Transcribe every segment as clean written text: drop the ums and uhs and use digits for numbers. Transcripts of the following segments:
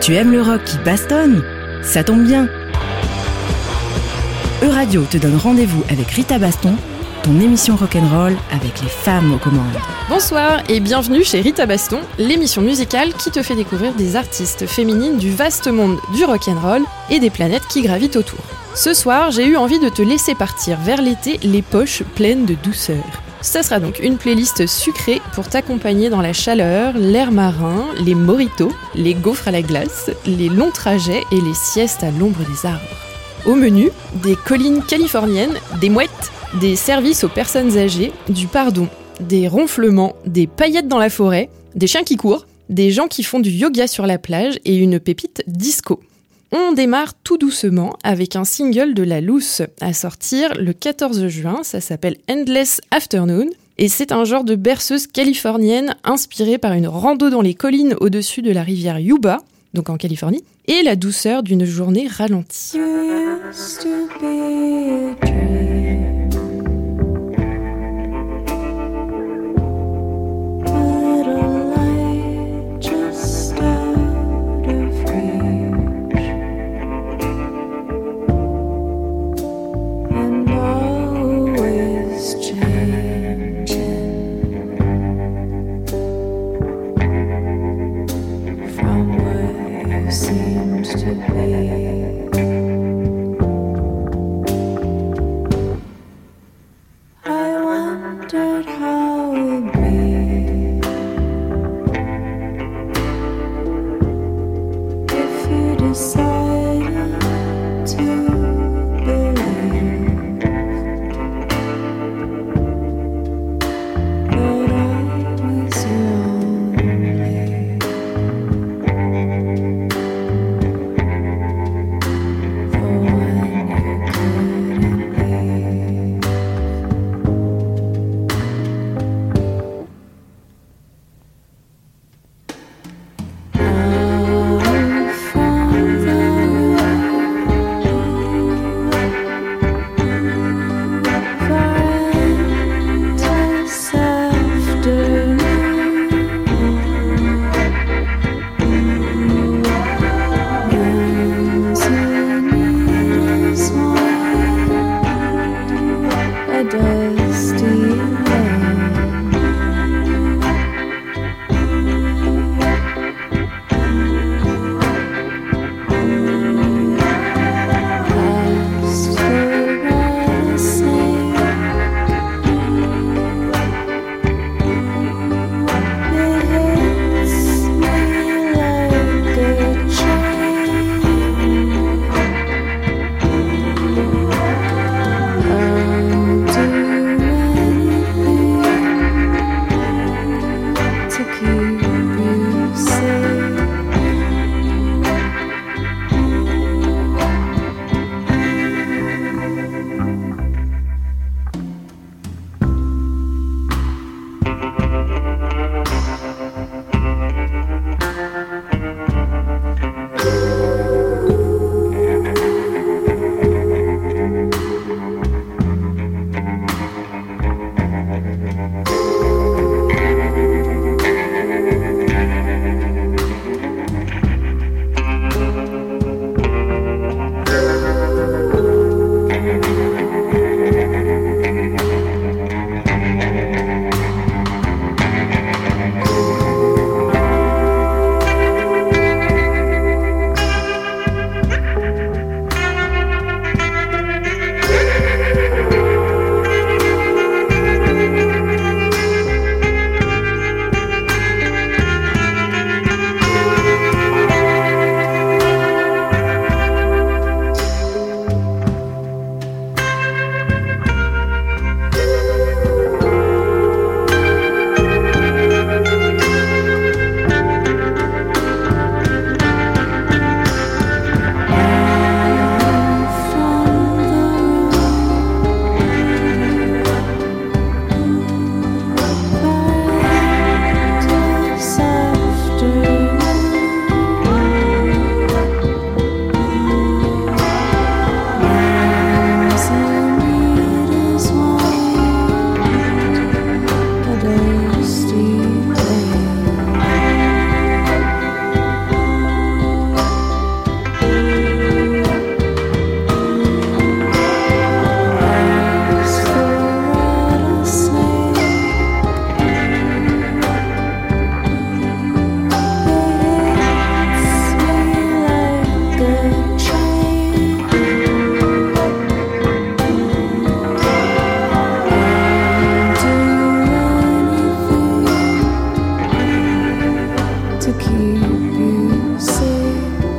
Tu aimes le rock qui bastonne ? Ça tombe bien. Euradio te donne rendez-vous avec Rita Baston, ton émission rock'n'roll avec les femmes aux commandes. Bonsoir et bienvenue chez Rita Baston, l'émission musicale qui te fait découvrir des artistes féminines du vaste monde du rock'n'roll et des planètes qui gravitent autour. Ce soir, j'ai eu envie de te laisser partir vers l'été les poches pleines de douceur. Ça sera donc une playlist sucrée pour t'accompagner dans la chaleur, l'air marin, les mojitos, les gaufres à la glace, les longs trajets et les siestes à l'ombre des arbres. Au menu, des collines californiennes, des mouettes, des services aux personnes âgées, du pardon, des ronflements, des paillettes dans la forêt, des chiens qui courent, des gens qui font du yoga sur la plage et une pépite disco. On démarre tout doucement avec un single de La Loose à sortir le 14 juin, ça s'appelle Endless Afternoon, et c'est un genre de berceuse californienne inspirée par une rando dans les collines au-dessus de la rivière Yuba, donc en Californie, et la douceur d'une journée ralentie. keep you safe.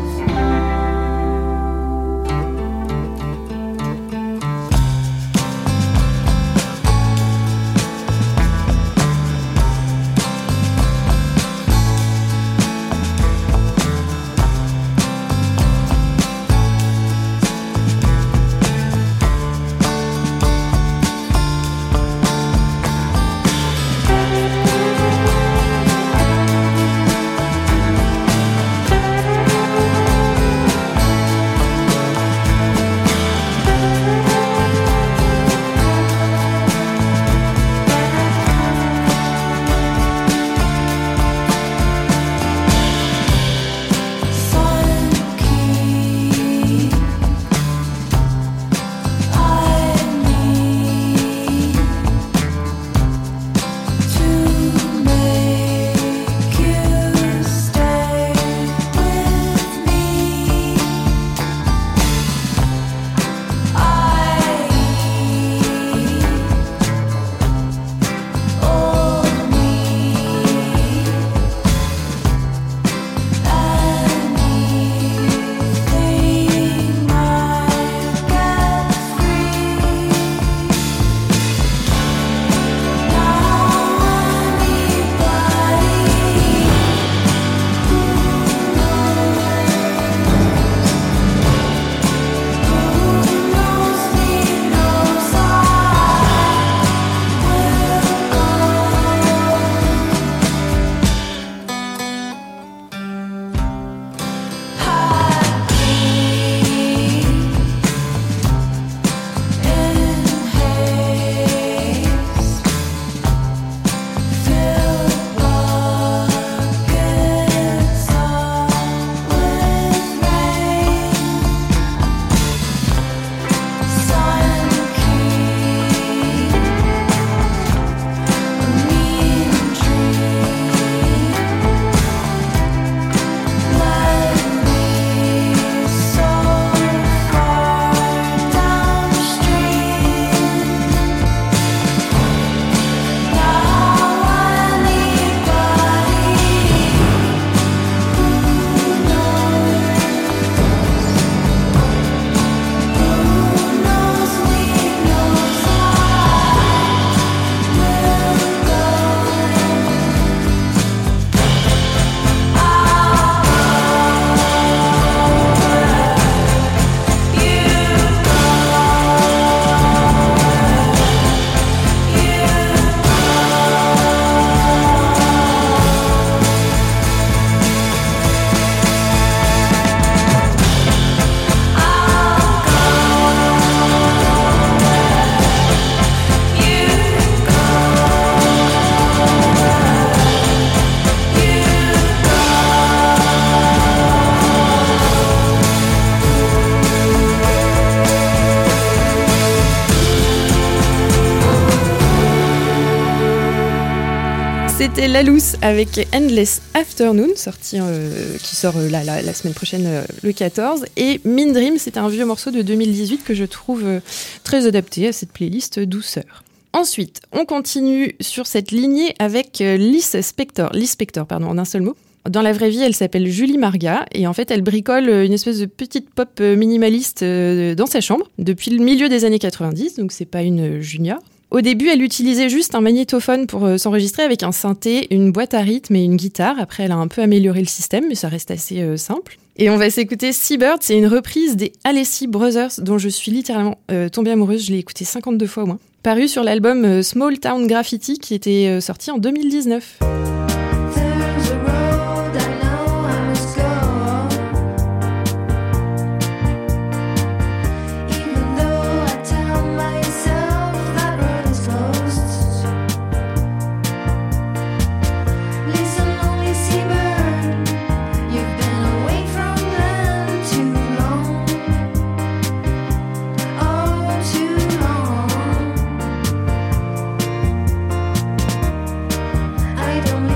C'était Lalous avec Endless Afternoon, qui sort la semaine prochaine, le 14. Et Mean Dream, c'est un vieux morceau de 2018 que je trouve très adapté à cette playlist douceur. Ensuite, on continue sur cette lignée avec Liz Spector, en un seul mot. Dans la vraie vie, elle s'appelle Julie Marga et en fait, elle bricole une espèce de petite pop minimaliste dans sa chambre depuis le milieu des années 90, donc c'est pas une junior. Au début, elle utilisait juste un magnétophone pour s'enregistrer avec un synthé, une boîte à rythme et une guitare. Après, elle a un peu amélioré le système, mais ça reste assez simple. Et on va s'écouter Seabird, c'est une reprise des Alessi Brothers dont je suis littéralement tombée amoureuse. Je l'ai écoutée 52 fois au moins. Paru sur l'album Small Town Graffiti qui était sorti en 2019. I don't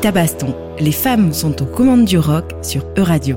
Rita Baston. Les femmes sont aux commandes du rock sur Euradio.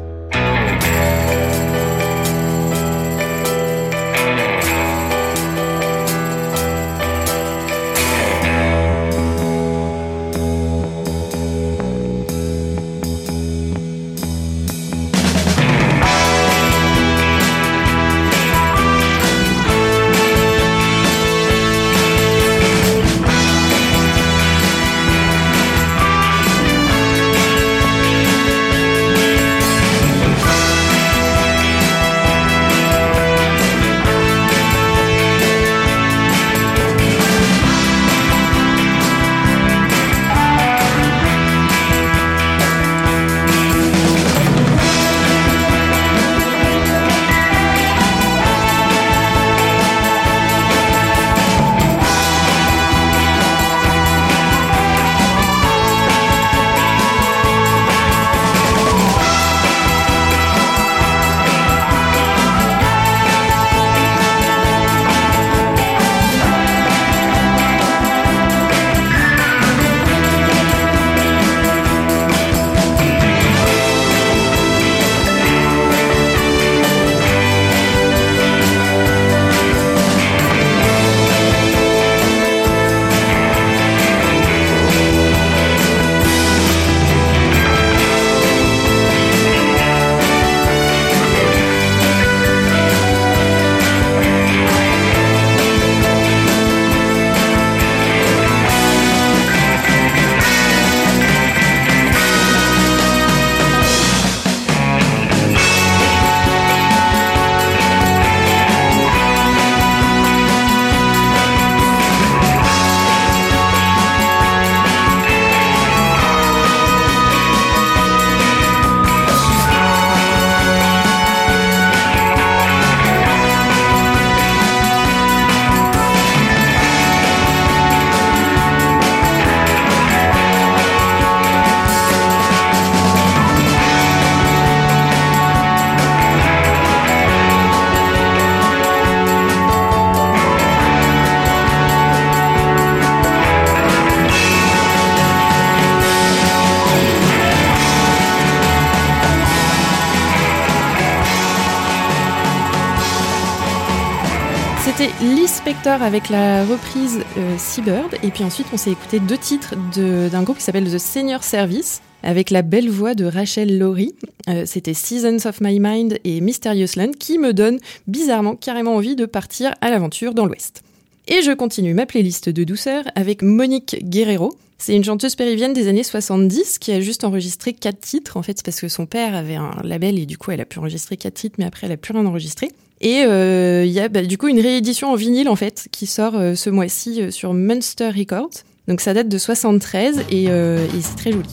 C'était Lee Spector avec la reprise Seabird, et puis ensuite on s'est écouté 2 titres d'un groupe qui s'appelle The Senior Service avec la belle voix de Rachel Lowry. C'était Seasons of My Mind et Mysterious Land qui me donnent bizarrement carrément envie de partir à l'aventure dans l'Ouest. Et je continue ma playlist de douceur avec Monique Guerrero. C'est une chanteuse péruvienne des années 70 qui a juste enregistré 4 titres. En fait, c'est parce que son père avait un label et du coup, elle a pu enregistrer 4 titres, mais après, elle a plus rien enregistré. Et il y a du coup une réédition en vinyle en fait qui sort ce mois-ci sur Munster Records. Donc ça date de 73 et c'est très joli.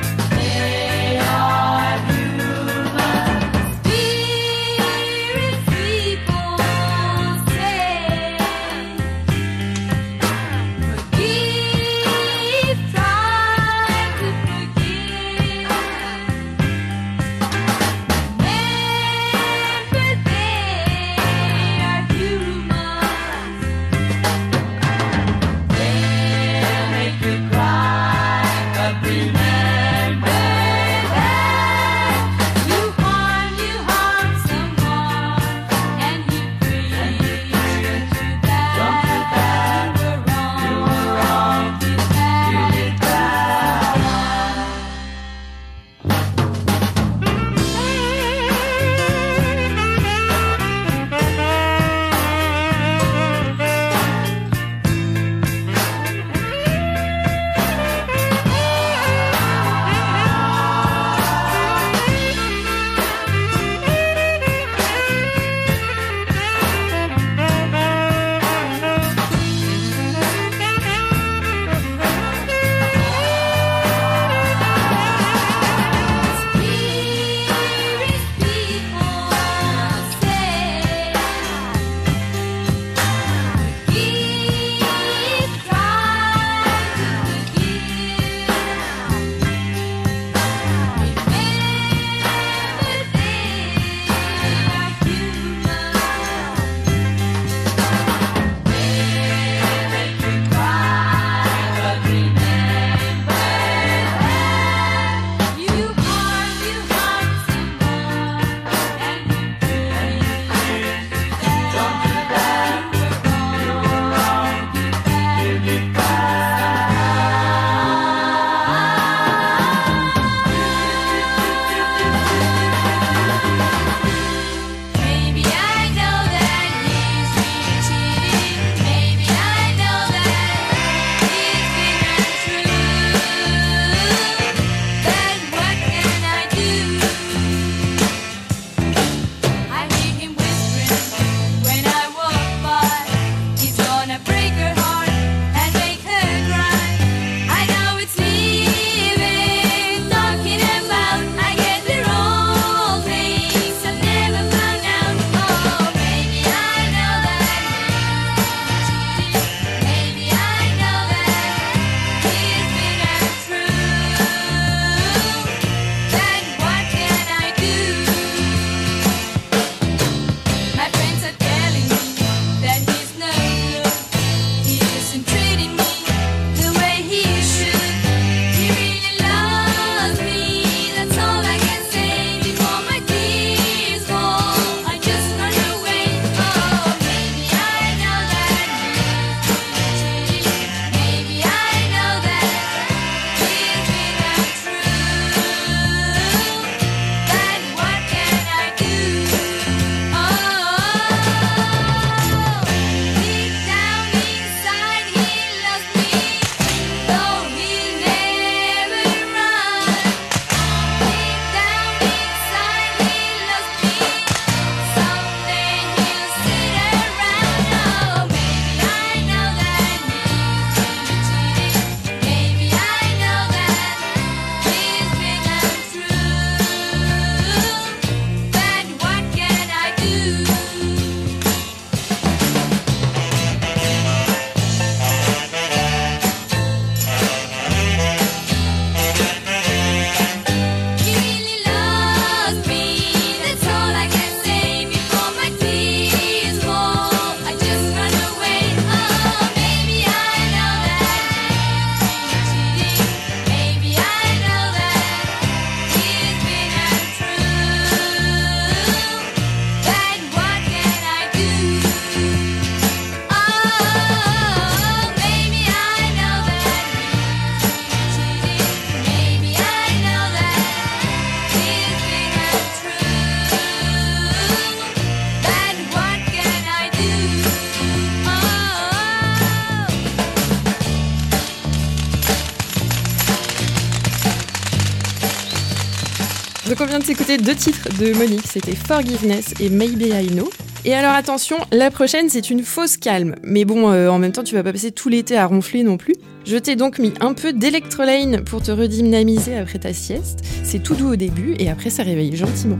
They are human spirits. Donc on vient de s'écouter 2 titres de Monique, c'était Forgiveness et Maybe I Know. Et alors attention, la prochaine c'est une fausse calme, mais bon, en même temps tu vas pas passer tout l'été à ronfler non plus. Je t'ai donc mis un peu d'Electrolane pour te redynamiser après ta sieste. C'est tout doux au début et après ça réveille gentiment.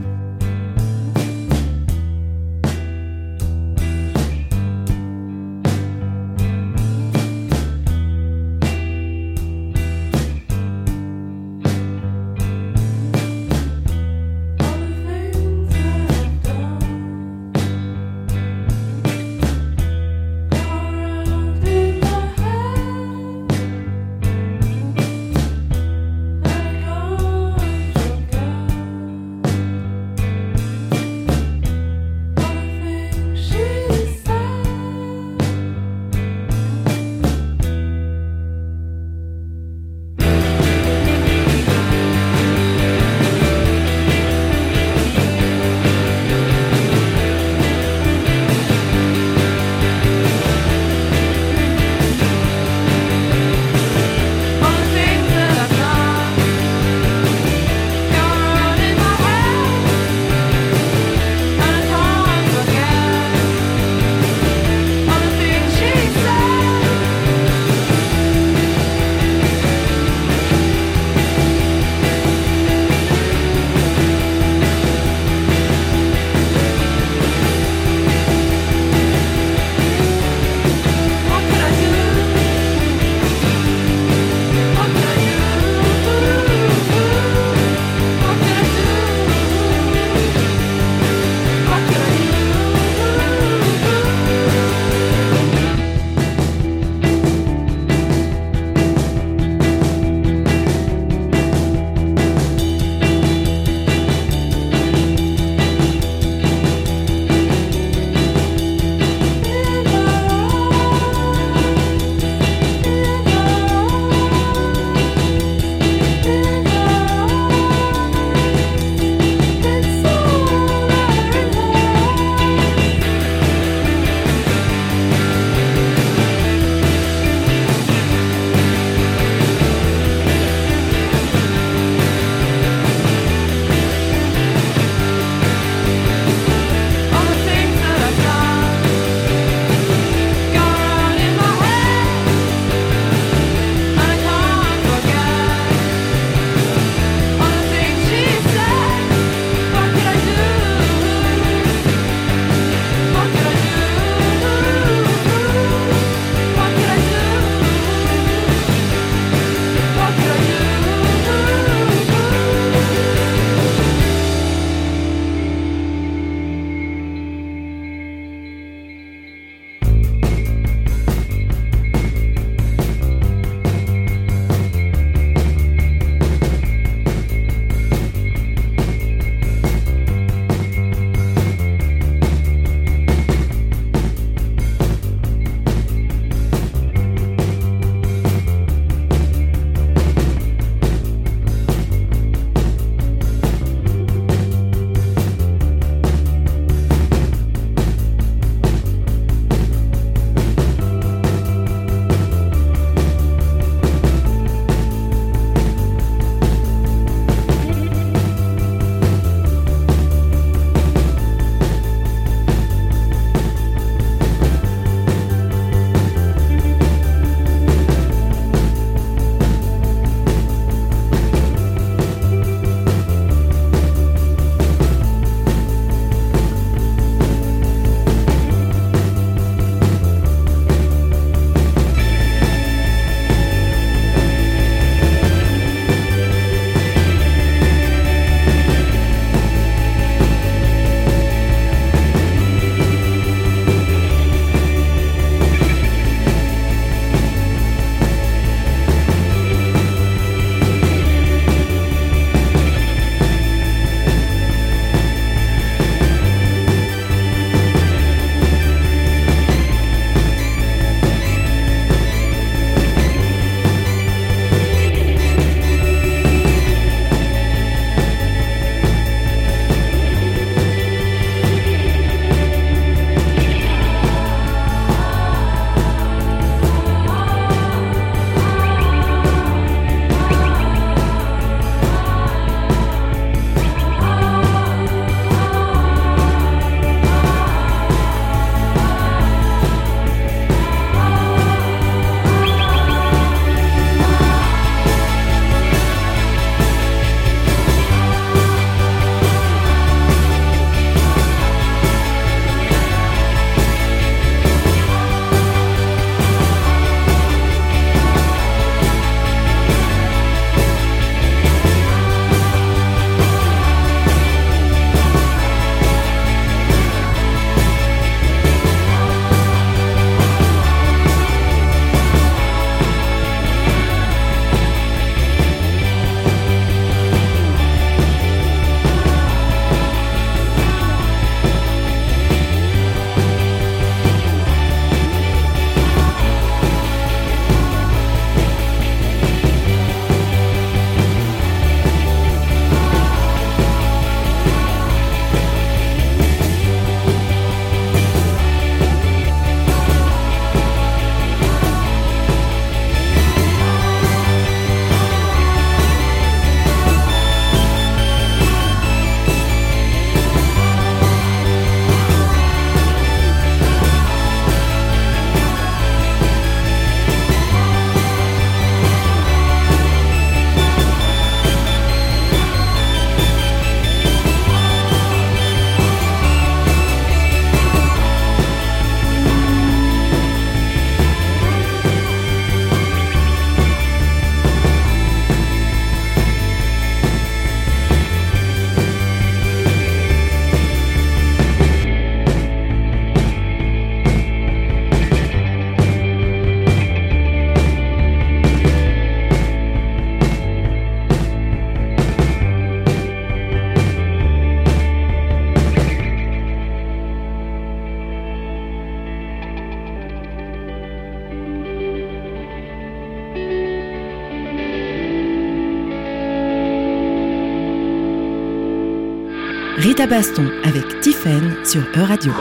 Rita Baston avec Tiffen sur E-Radio.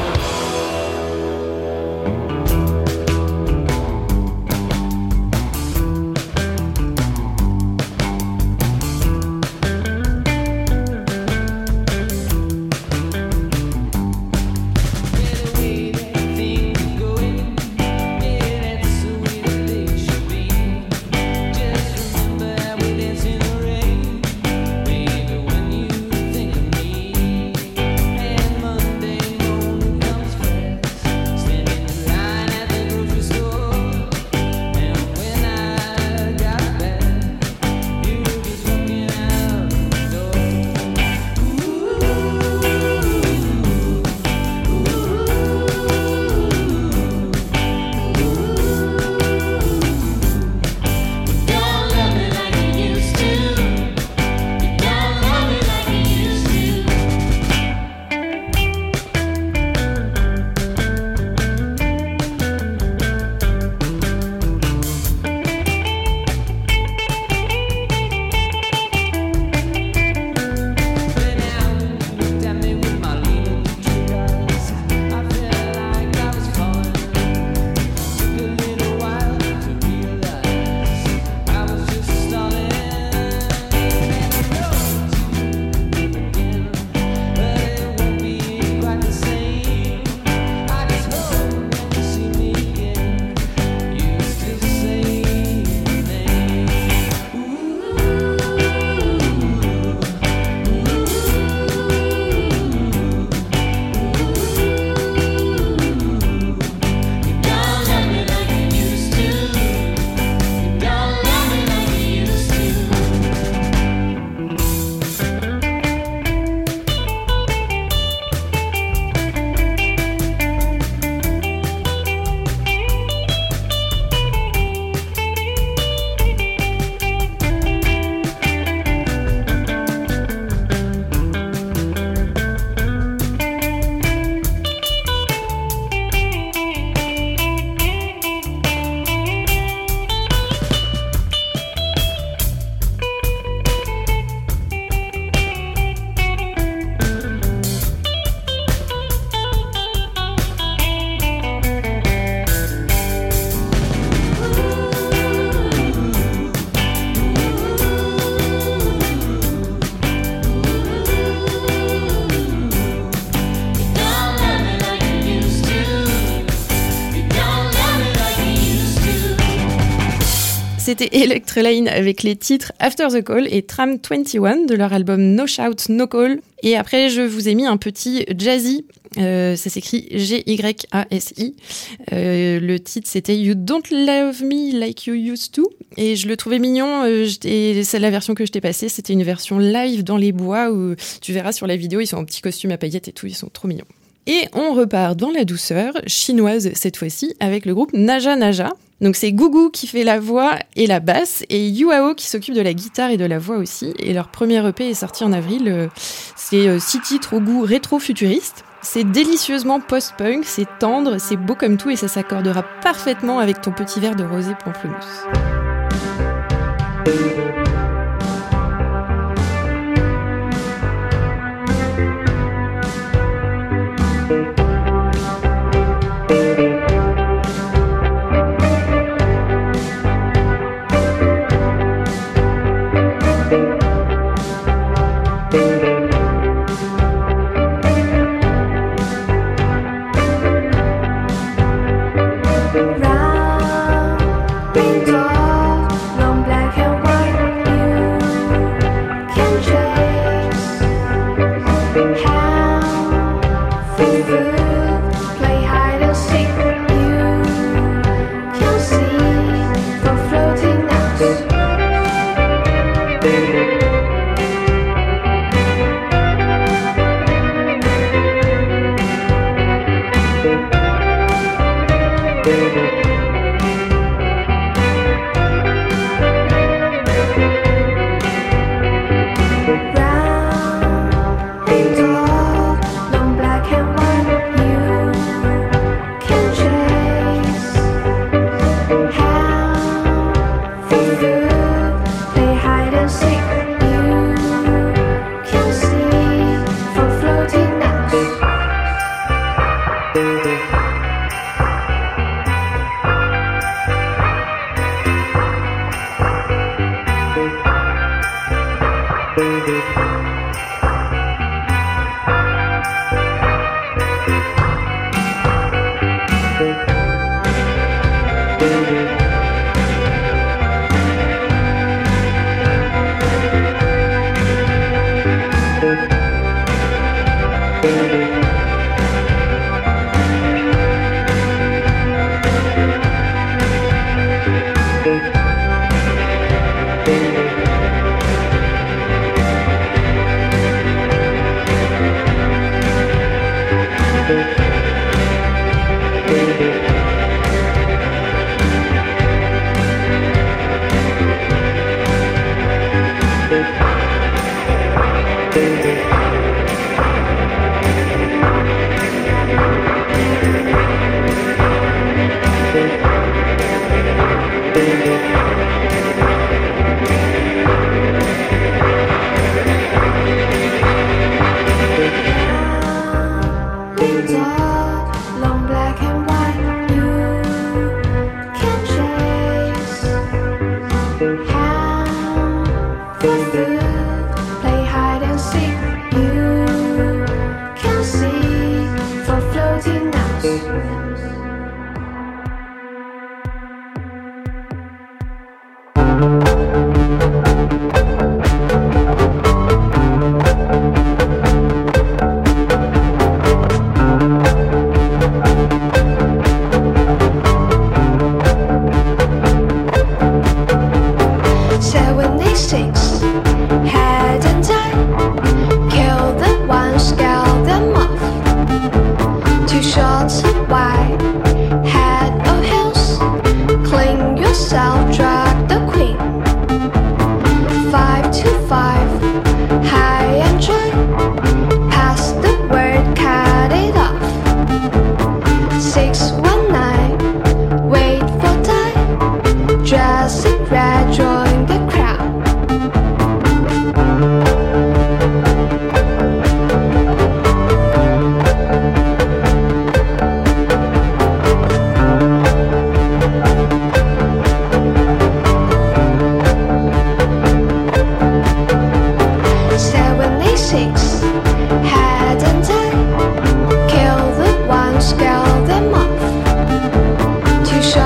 C'était Electroline avec les titres After the Call et Tram 21 de leur album No Shout, No Call. Et après, je vous ai mis un petit jazzy. Ça s'écrit G-Y-A-S-I. Le titre, c'était You Don't Love Me Like You Used To. Et je le trouvais mignon. C'est la version que je t'ai passée. C'était une version live dans les bois où tu verras sur la vidéo, ils sont en petit costume à paillettes et tout. Ils sont trop mignons. Et on repart dans la douceur, chinoise cette fois-ci, avec le groupe Naja Naja. Donc c'est Gugu qui fait la voix et la basse et Yuao qui s'occupe de la guitare et de la voix aussi. Et leur premier EP est sorti en avril. C'est 6 titres au goût rétro-futuriste. C'est délicieusement post-punk, c'est tendre, c'est beau comme tout et ça s'accordera parfaitement avec ton petit verre de rosé pamplemousse.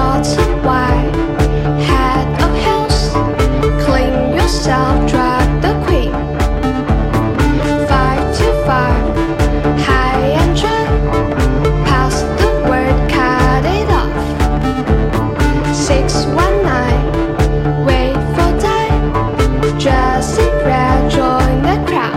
shots of wine, head of hills, clean yourself, drag the queen. 5 to 5, high and dry, pass the word, cut it off. 619, wait for time, just in prayer, join the crowd.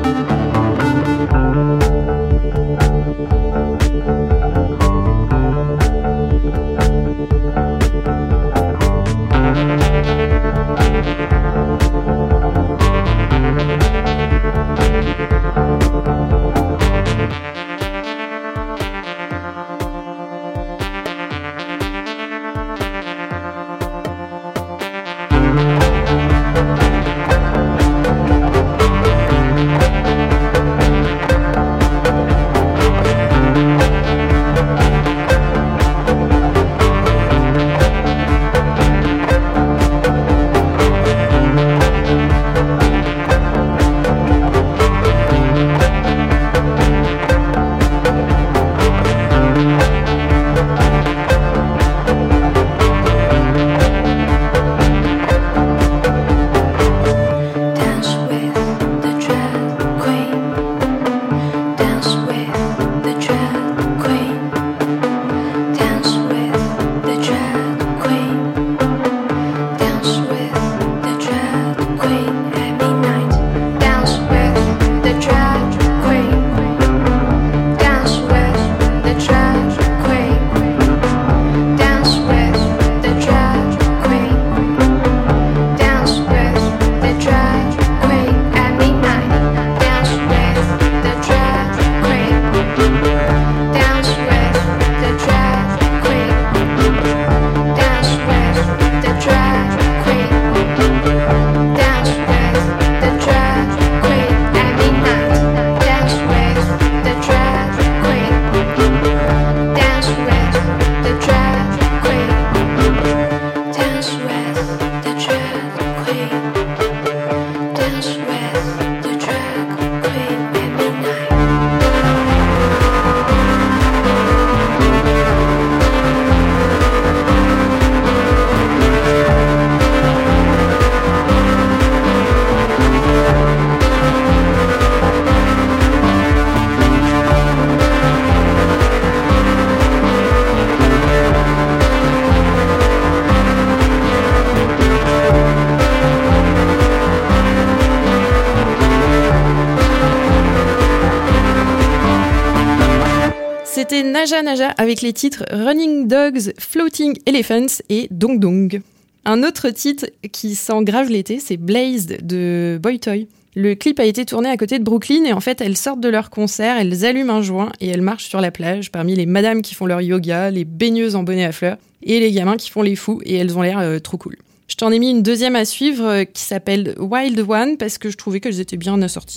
C'était Naja Naja avec les titres Running Dogs, Floating Elephants et Dong Dong. Un autre titre qui sent grave l'été, c'est Blazed de Boy Toy. Le clip a été tourné à côté de Brooklyn et en fait elles sortent de leur concert, elles allument un joint et elles marchent sur la plage parmi les madames qui font leur yoga, les baigneuses en bonnet à fleurs et les gamins qui font les fous et elles ont l'air trop cool. Je t'en ai mis une deuxième à suivre qui s'appelle Wild One parce que je trouvais qu'elles étaient bien assorties.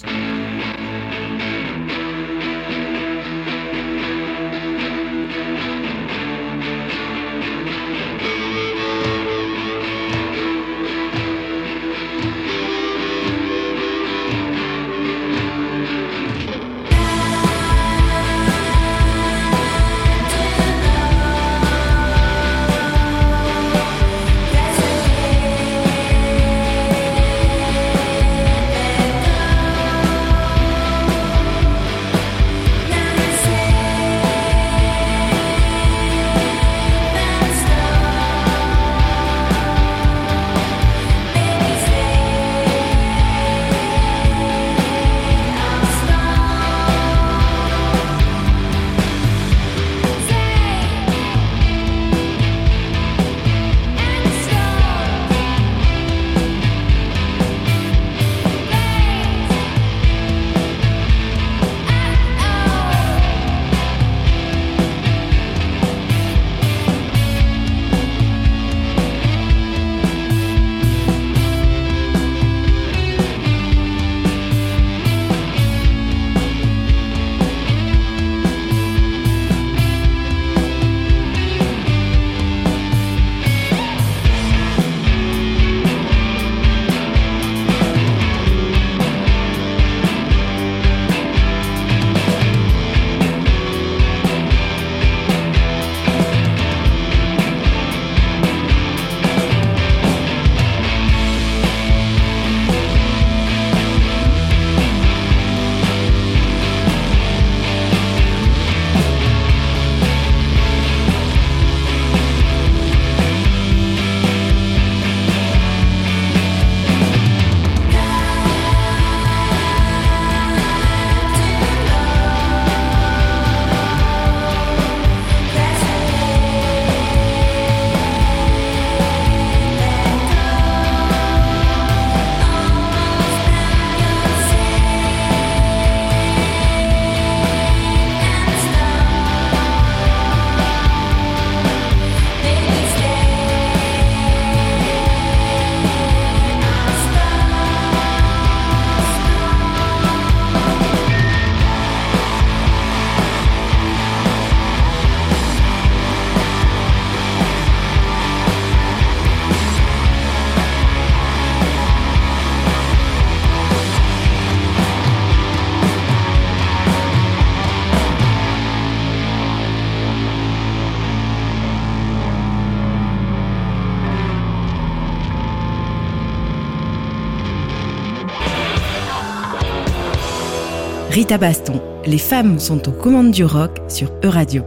Rita Baston, les femmes sont aux commandes du rock sur Euradio.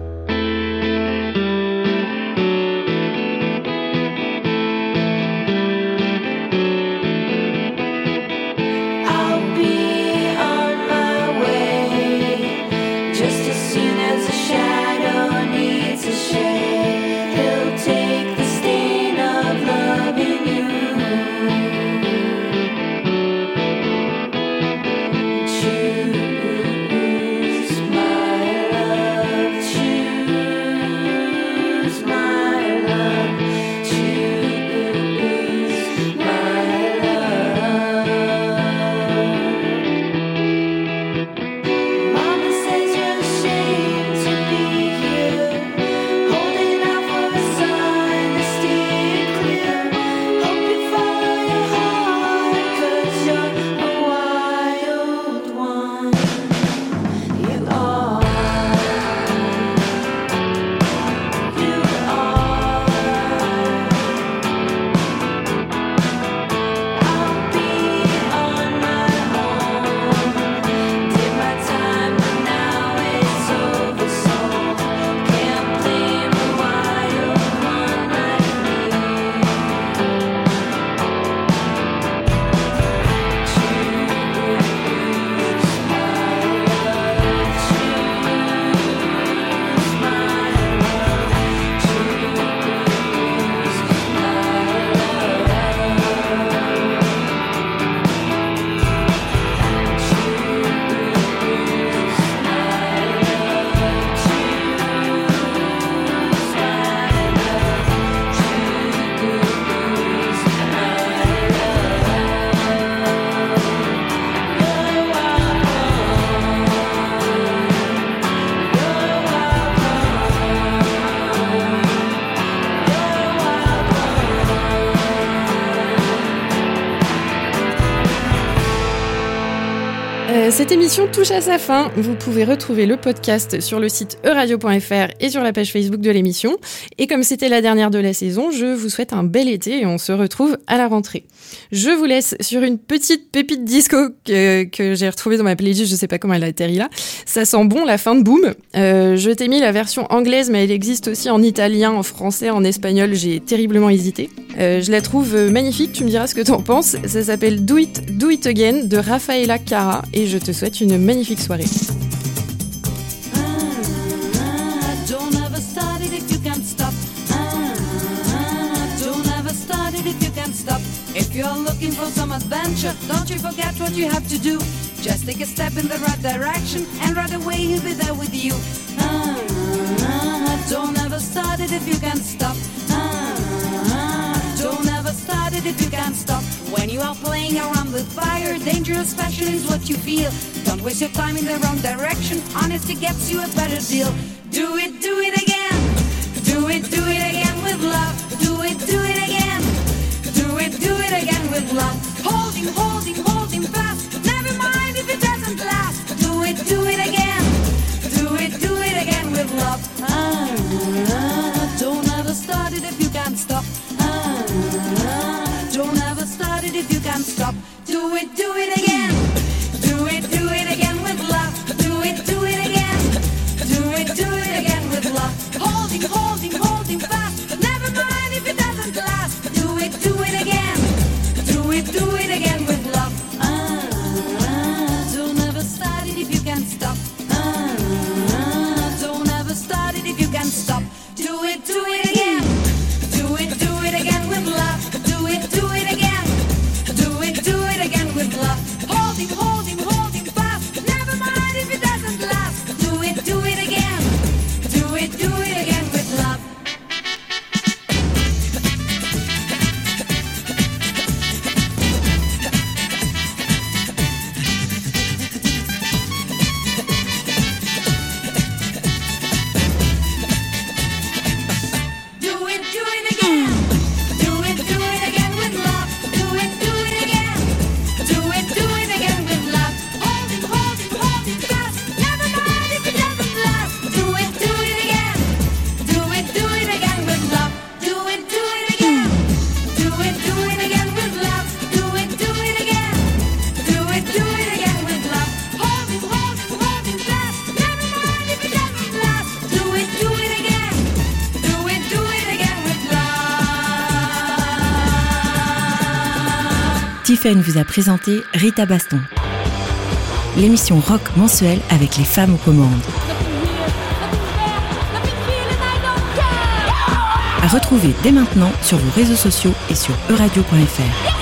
Cette émission touche à sa fin. Vous pouvez retrouver le podcast sur le site euradio.fr et sur la page Facebook de l'émission. Et comme c'était la dernière de la saison, je vous souhaite un bel été et on se retrouve à la rentrée. Je vous laisse sur une petite pépite disco que j'ai retrouvée dans ma playlist, je sais pas comment elle a atterri là. Ça sent bon la fin de Boom. Je t'ai mis la version anglaise, mais elle existe aussi en italien, en français, en espagnol. J'ai terriblement hésité. Je la trouve magnifique, tu me diras ce que t'en penses. Ça s'appelle Do It Again de Rafaela Cara et je te souhaite une magnifique soirée. Don't ever start it if you can't stop. Don't ever start it if you can't stop. If you're looking for some adventure, don't you forget what you have to do. Just take a step in the right direction and right away he'll be there with you. Don't ever start it if you can't stop. Don't ever start it if you can't stop. When you are playing around with fire, dangerous passion is what you feel. Don't waste your time in the wrong direction. Honesty gets you a better deal. Do it again. Do it again with love. Do it again. Do it again with love. Holding fast. Never mind if it doesn't last. Do it again. Do it again with love. Don't ever start it if you can't stop. Don't ever start it if you can't stop. Do it again. Do it again with love. Do it again. Do it again with love. Holding fast. Never mind if it doesn't last. Do it again. Do it again with love. Don't ever start it if you can't stop. Don't ever start it if you can't stop. Do it again. Do it again with love. Do it again. Do it again with love. Stephen vous a présenté Rita Baston, l'émission rock mensuelle avec les femmes aux commandes. À retrouver dès maintenant sur vos réseaux sociaux et sur euradio.fr.